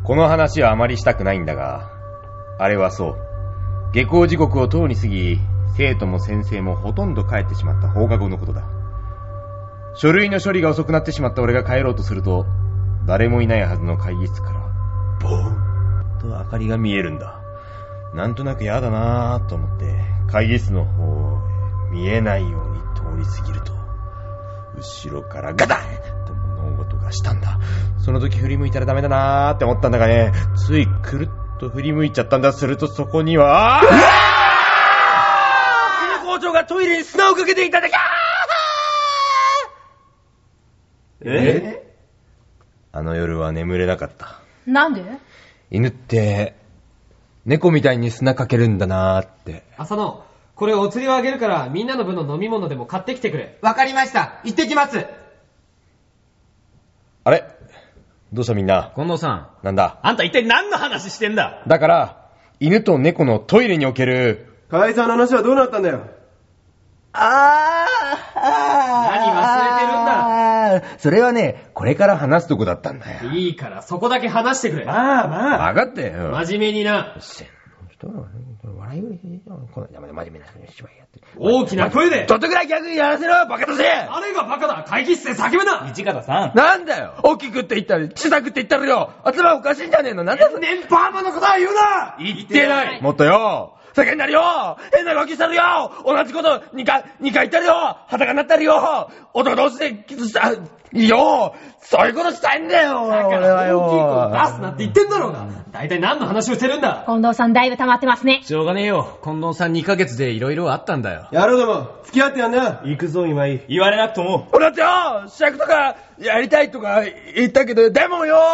この話はあまりしたくないんだが、あれはそう。下校時刻をとうに過ぎ、生徒も先生もほとんど帰ってしまった放課後のことだ。書類の処理が遅くなってしまった俺が帰ろうとすると、誰もいないはずの会議室から、ボーンと明かりが見えるんだ。なんとなく嫌だなぁと思って、会議室の方へ見えないように通り過ぎると、後ろからガタッと物音がしたんだ。その時振り向いたらダメだなーって思ったんだがね、ついくるっと振り向いちゃったんだ。するとそこには、犬校長がトイレに砂をかけていたでかー。あの夜は眠れなかった。 なんで？ 犬って猫みたいに砂かけるんだなーって。 浅野、これお釣りをあげるからみんなの分の飲み物でも買ってきてくれ。 わかりました。行ってきます。 あれ？どうしたみんな。 近藤さん。 なんだ？ あんた一体何の話してんだ？ だから、犬と猫のトイレにおける解散の話はどうなったんだよ。 何忘れてるんだ。 それはね、これから話すとこだったんだよ。 いいからそこだけ話してくれ。 まあまあ。 わかったよ。 真面目にな。 笑いより真面目な芝居やって。 大きな声で。 ちょっとぐらい逆にやらせろ、バカだぜ。 誰がバカだ。会議室で叫ぶな。 市方さん。 なんだよ。大きくって言ったり、小さくって言ったらよ。頭おかしいんじゃねえの。なんだそれ。 年パーマのことは言うな。 言ってない。もっとよ。叫んだりよ。変な動きしたりよ。同じこと2回言ったりよ。裸になったりよ。男同士でキスしたよ。そういうことしたいんだよ。 だから大きい声出すなって言ってんだろうが。大体何の話をしてるんだ。 近藤さんだいぶ溜まってますね。 しょうがねえよ。近藤さん2ヶ月で色々あったんだよ。 やろうども、付き合ってやんな。行くぞ今井。 言われなくとも。 俺だってよ、主役とかやりたいとか言ったけど、でもよ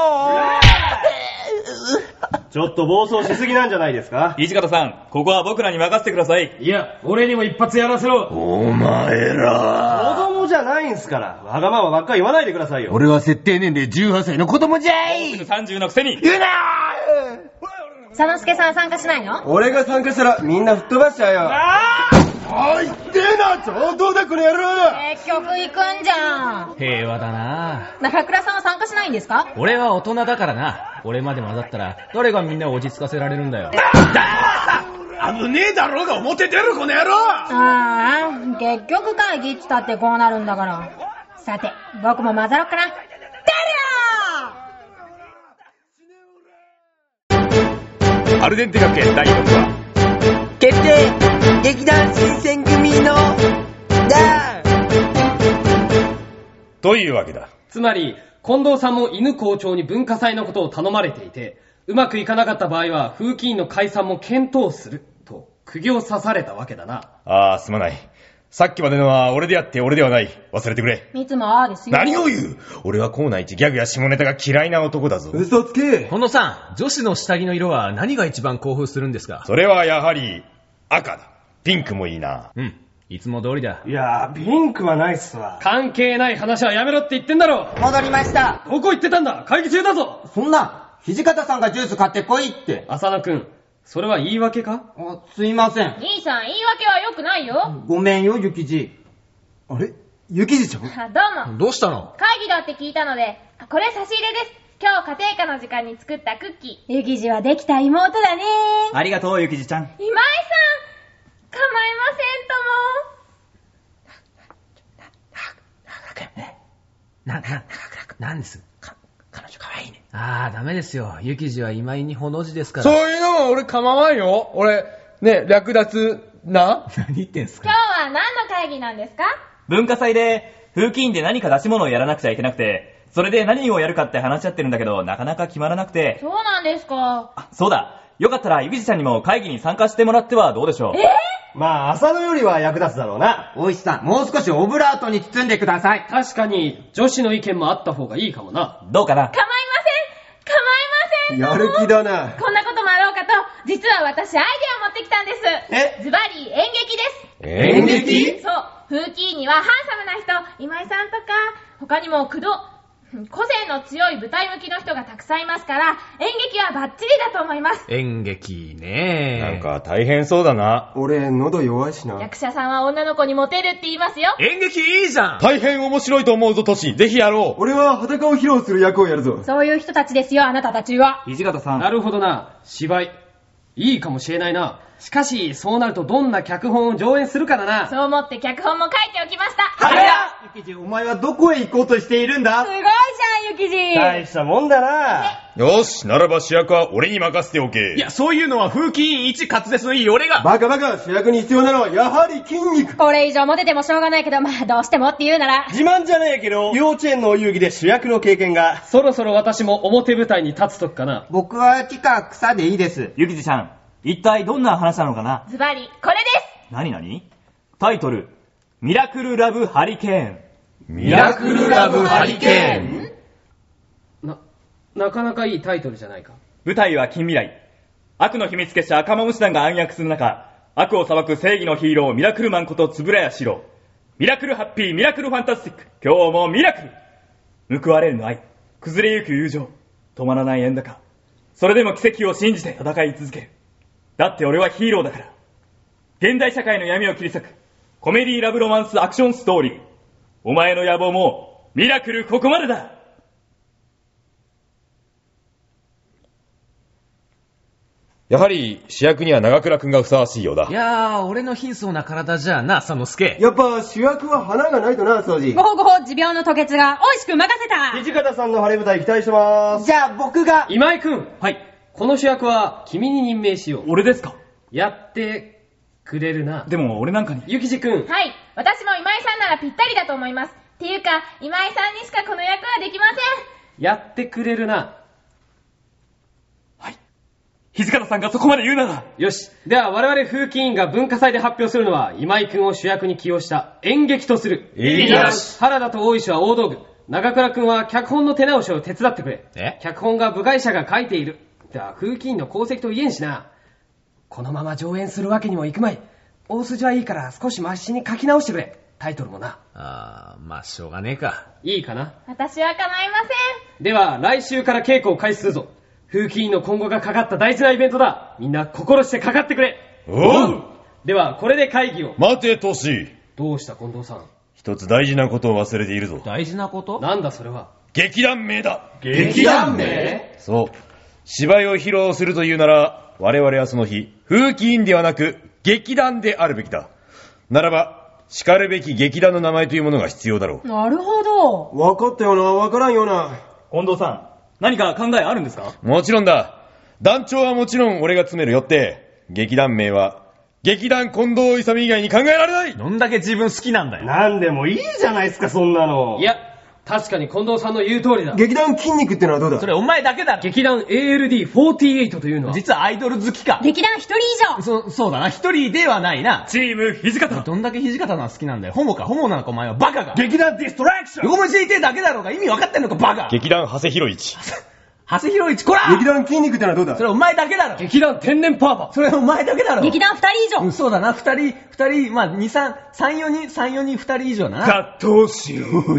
ちょっと暴走しすぎなんじゃないですか。 市方さん、ここは僕らに任せてください。 いや、俺にも一発やらせろ。 お前ら。 子供じゃないんすから。わがままばっかり言わないでくださいよ。 俺は設定年齢18歳の子供じゃい。 もうすぐ30のくせに。 言うなー。 佐之助さん参加しないの？ 俺が参加したらみんな吹っ飛ばしちゃうよ。おい、言ってえな、上等だこの野郎。 結局行くんじゃん。 平和だな。 中倉さんは参加しないんですか？ 俺は大人だからな。俺まで混ざったら誰がみんなを落ち着かせられるんだよ。 危ねえだろうが表出るこの野郎。 ああ、結局会議っつったってこうなるんだから。さて、僕も混ざろっかな。 アルデンテ学園第6話決定。劇団新選組のダーというわけだ。 つまり、近藤さんも犬校長に文化祭のことを頼まれていて、うまくいかなかった場合は風紀委員の解散も検討すると釘を刺されたわけだな。 ああ、すまない。さっきまでのは俺であって俺ではない。忘れてくれ。 いつもああですよ。 何を言う。俺は校内一ギャグや下ネタが嫌いな男だぞ。 嘘つけ。 近藤さん、女子の下着の色は何が一番興奮するんですか？ それはやはり赤だ。ピンクもいいな。 うん、いつも通りだ。 いやー、ピンクはないっすわ。 関係ない話はやめろって言ってんだろ。 戻りました。 どこ行ってたんだ。会議中だぞ。 そんな、土方さんがジュース買ってこいって。 浅野くん、それは言い訳か？ すいません。 兄さん、言い訳は良くないよ。 ごめんよ、ゆきじ。 あれ、ゆきじちゃん。 どうも。 どうしたの？ 会議だって聞いたので、これ差し入れです。今日家庭科の時間に作ったクッキー。ゆきじはできた妹だね。 ありがとう、ゆきじちゃん。 今井さん、構いませんとも。 なんです？彼女可愛いね。ああ、ダメですよ。ゆきじは今井にほの字ですから。 そういうのも俺構わんよ。俺、ね、略奪な。 何言ってんすか？ 今日は何の会議なんですか？ 文化祭で、風紀委員で何か出し物をやらなくちゃいけなくて、それで何をやるかって話し合ってるんだけど、なかなか決まらなくて。 そうなんですか。 あ、そうだ。よかったら、ゆきじちゃんにも会議に参加してもらってはどうでしょう。 まあ、浅野よりは役立つだろうな。 おいしさん、もう少しオブラートに包んでください。 確かに女子の意見もあった方がいいかもな。 どうかな。 構いません。 やる気だな。 こんなこともあろうかと、実は私アイデアを持ってきたんです。ズバリ演劇です。 演劇？ そう、風紀委員にはハンサムな人、今井さんとか、他にも個性の強い舞台向きの人がたくさんいますから、演劇はバッチリだと思います。 演劇ね。 なんか大変そうだな。 俺、喉弱いしな。 役者さんは女の子にモテるって言いますよ。 演劇いいじゃん。 大変面白いと思うぞ、トシ。ぜひやろう。 俺は裸を披露する役をやるぞ。 そういう人たちですよ、あなたたちは。 土方さん。 なるほどな。芝居。いいかもしれないな。しかし、そうなるとどんな脚本を上演するかだな。 そう思って脚本も書いておきました。 早っ！ゆきじ、お前はどこへ行こうとしているんだ？ すごいじゃん、ゆきじ。 大したもんだな。 よし、ならば主役は俺に任せておけ。 いや、そういうのは風紀委員一滑舌のいい俺が。 バカバカ、主役に必要なのはやはり筋肉。 これ以上モテてもしょうがないけど、まあどうしてもって言うなら。 自慢じゃねえけど、幼稚園のお遊戯で主役の経験が。 そろそろ私も表舞台に立つときかな。 僕は木か草でいいです。 ゆきじさん、一体どんな話なのかな？ ズバリ、これです。 何？タイトル、ミラクルラブハリケーン。 ミラクルラブハリケーン。 なかなかいいタイトルじゃないか。 舞台は近未来。悪の秘密結社赤マムシ団が暗躍する中、悪を裁く正義のヒーローミラクルマンこと円谷四郎。ミラクルハッピー、ミラクルファンタスティック。今日もミラクル。報われるの愛、崩れゆく友情、止まらない円高。それでも奇跡を信じて戦い続ける。だって俺はヒーローだから。現代社会の闇を切り裂くコメディラブロマンスアクションストーリー。お前の野望もミラクルここまでだ。 やはり主役には長倉くんがふさわしいようだ。 いやー、俺の貧相な体じゃあな、佐之助。 やっぱ主役は花がないとな、掃除。 ごほごほ、持病の吐血が美味しく任せた。 土方さんの晴れ舞台期待してまーす。 じゃあ僕が。 今井くん。 はい。 この主役は君に任命しよう。 俺ですか？ やってくれるな。 でも俺なんかに。 ゆきじくん。 はい、私も今井さんならぴったりだと思います。っていうか、今井さんにしかこの役はできません。 やってくれるな。 土方さんがそこまで言うなら。 よし。では我々風紀委員が文化祭で発表するのは、今井くんを主役に起用した演劇とする。 いいよし。 原田と大石は大道具。長倉くんは脚本の手直しを手伝ってくれ。脚本が部外者が書いている。では風紀委員の功績と言えんしな。このまま上演するわけにもいくまい。大筋はいいから少しマシに書き直してくれ。タイトルもな。 まあしょうがねえか。 いいかな。 私は叶いません。 では来週から稽古を開始するぞ。風紀委員の今後がかかった大事なイベントだ。みんな心してかかってくれ。 おう。 ではこれで会議を。 待て、トシ。 どうした近藤さん。 一つ大事なことを忘れているぞ。 大事なこと？ なんだそれは。 劇団名だ。 劇団名？ そう。芝居を披露するというなら、我々はその日、風紀委員ではなく劇団であるべきだ。ならば、叱るべき劇団の名前というものが必要だろう。 なるほど。 分かったよな、分からんよな。 近藤さん、何か考えあるんですか？ もちろんだ。団長はもちろん俺が詰めるよって、劇団名は、劇団近藤勇以外に考えられない。 どんだけ自分好きなんだよ。 なんでもいいじゃないですか、そんなの。 いや、確かに近藤さんの言う通りだ。 劇団筋肉ってのはどうだ？ それお前だけだろ。 劇団 ALD48 というのは。 実はアイドル好きか。 劇団一人以上。 そうだな、一人ではないな。 チーム土方。 どんだけ土方の好きなんだよ。ホモなのかお前は。バカが。 劇団ディストラクション。 横文字でいてだけだろうが。意味分かってんのかバカ。 劇団長谷博一。 長谷博一、こら劇団筋肉ってのはどうだ？ それお前だけだろ。 劇団天然パーマ。 それお前だけだろ。 劇団二人以上。 そうだな、二人、まあ、3、4人二人以上だな。 さあ、どうしよう。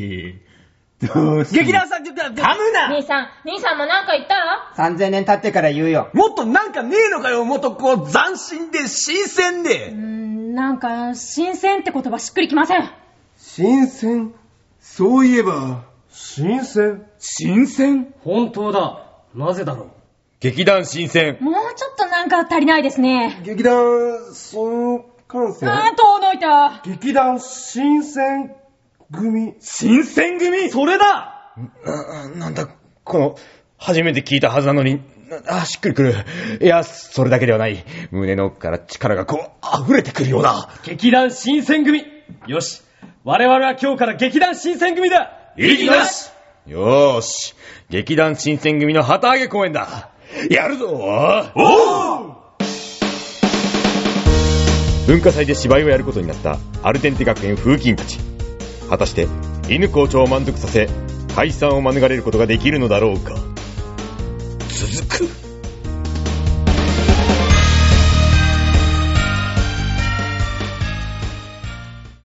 劇団さん、噛むな。 兄さんもなんか言ったら 3000年経ってから言うよ。 もっとなんかねえのかよ、もっとこう、斬新で新鮮で。 なんか、新鮮って言葉しっくりきません。 新鮮。そういえば、新鮮。 新鮮？ 本当だ。なぜだろう。 劇団新鮮。 もうちょっとなんか足りないですね。 劇団新幹線。 遠のいた。 劇団新鮮組。 新選組？ それだ。 なんだ、この、初めて聞いたはずなのに、しっくりくる。いや、それだけではない。胸の奥から力がこう、溢れてくるような。 劇団新選組。よし。我々は今日から劇団新選組だ。 いきなし。よーし。劇団新選組の旗揚げ公演だ。やるぞ。おう。文化祭で芝居をやることになったアルテンテ学園風紀委員たち。果たして犬校長を満足させ解散を免れることができるのだろうか。